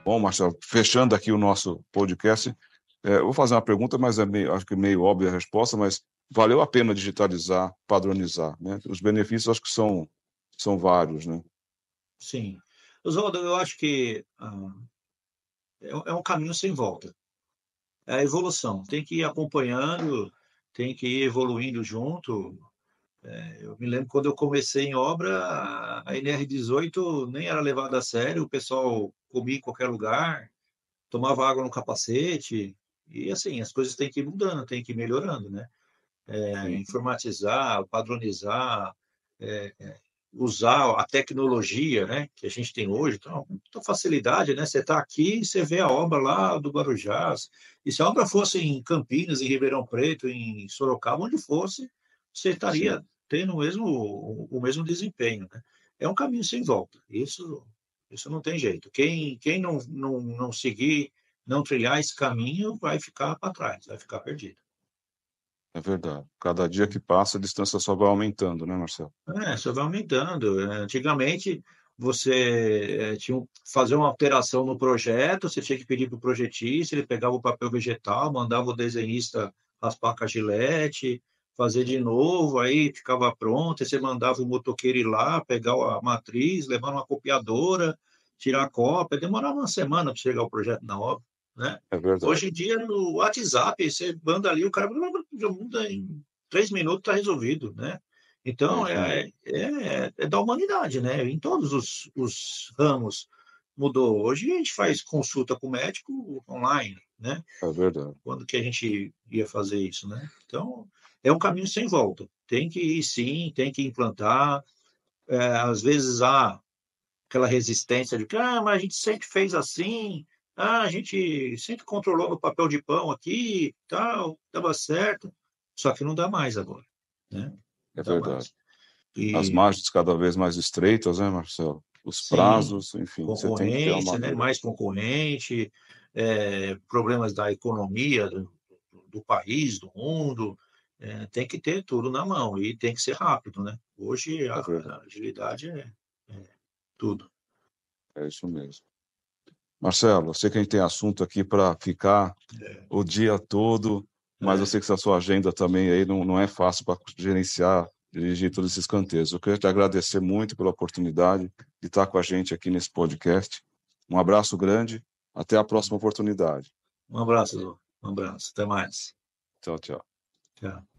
Bom, Marcelo, fechando aqui o nosso podcast, eu vou fazer uma pergunta, mas acho que meio óbvia a resposta, mas valeu a pena digitalizar, padronizar, né? Os benefícios acho que são vários, né? Sim. Oswaldo, eu acho que é um caminho sem volta. É a evolução. Tem que ir acompanhando, tem que ir evoluindo junto. Eu me lembro quando eu comecei em obra, a NR18 nem era levada a sério, o pessoal comia em qualquer lugar, tomava água no capacete, e assim, as coisas têm que ir mudando, têm que ir melhorando, né? Sim, Informatizar, padronizar, é, usar a tecnologia, né, que a gente tem hoje, então, muita facilidade, né? Você está aqui, você vê a obra lá do Guarujá, e se a obra fosse em Campinas, em Ribeirão Preto, em Sorocaba, onde fosse, você sim, estaria tendo o mesmo desempenho, né? É um caminho sem volta. Isso não tem jeito. Quem não seguir, não trilhar esse caminho, vai ficar para trás, vai ficar perdido. é verdade. Cada dia que passa, a distância só vai aumentando, né, Marcelo? Só vai aumentando. Antigamente, você tinha que fazer uma alteração no projeto, você tinha que pedir para o projetista, ele pegava o papel vegetal, mandava o desenhista raspar com a gilete, fazer de novo, aí ficava pronto, aí você mandava o motoqueiro ir lá, pegar a matriz, levar uma copiadora, tirar a cópia, demorava uma semana para chegar o projeto na obra, né? É verdade, Hoje em dia, no WhatsApp, você manda ali, o cara já muda em 3 minutos, está resolvido, né? é Então, isso mesmo. é da humanidade, né? Em todos os ramos mudou. Hoje a gente faz consulta com o médico online, né? É verdade. Quando que a gente ia fazer isso, né? Então, é um caminho sem volta. Tem que ir sim, tem que implantar. Às vezes há aquela resistência de que, mas a gente sempre fez assim, a gente sempre controlou no papel de pão aqui, tal, dava certo. Só que não dá mais agora, né? É Não dá verdade. mais. As E margens cada vez mais estreitas, né, Marcelo? Os sim, prazos, enfim, você tem que ter uma concorrência, né? maneira. Mais concorrente, problemas da economia do país, do mundo, tem que ter tudo na mão e tem que ser rápido, né? Hoje É a verdade, agilidade é tudo. é isso mesmo. Marcelo, eu sei que a gente tem assunto aqui para ficar É, o dia todo, mas eu é. sei que essa sua agenda também aí não é fácil para gerenciar, dirigir todos esses canteiros. Eu queria te agradecer muito pela oportunidade de estar com a gente aqui nesse podcast. Um abraço grande, até a próxima oportunidade. Um abraço, Lu. Um abraço. Até mais. Tchau, tchau. Tchau.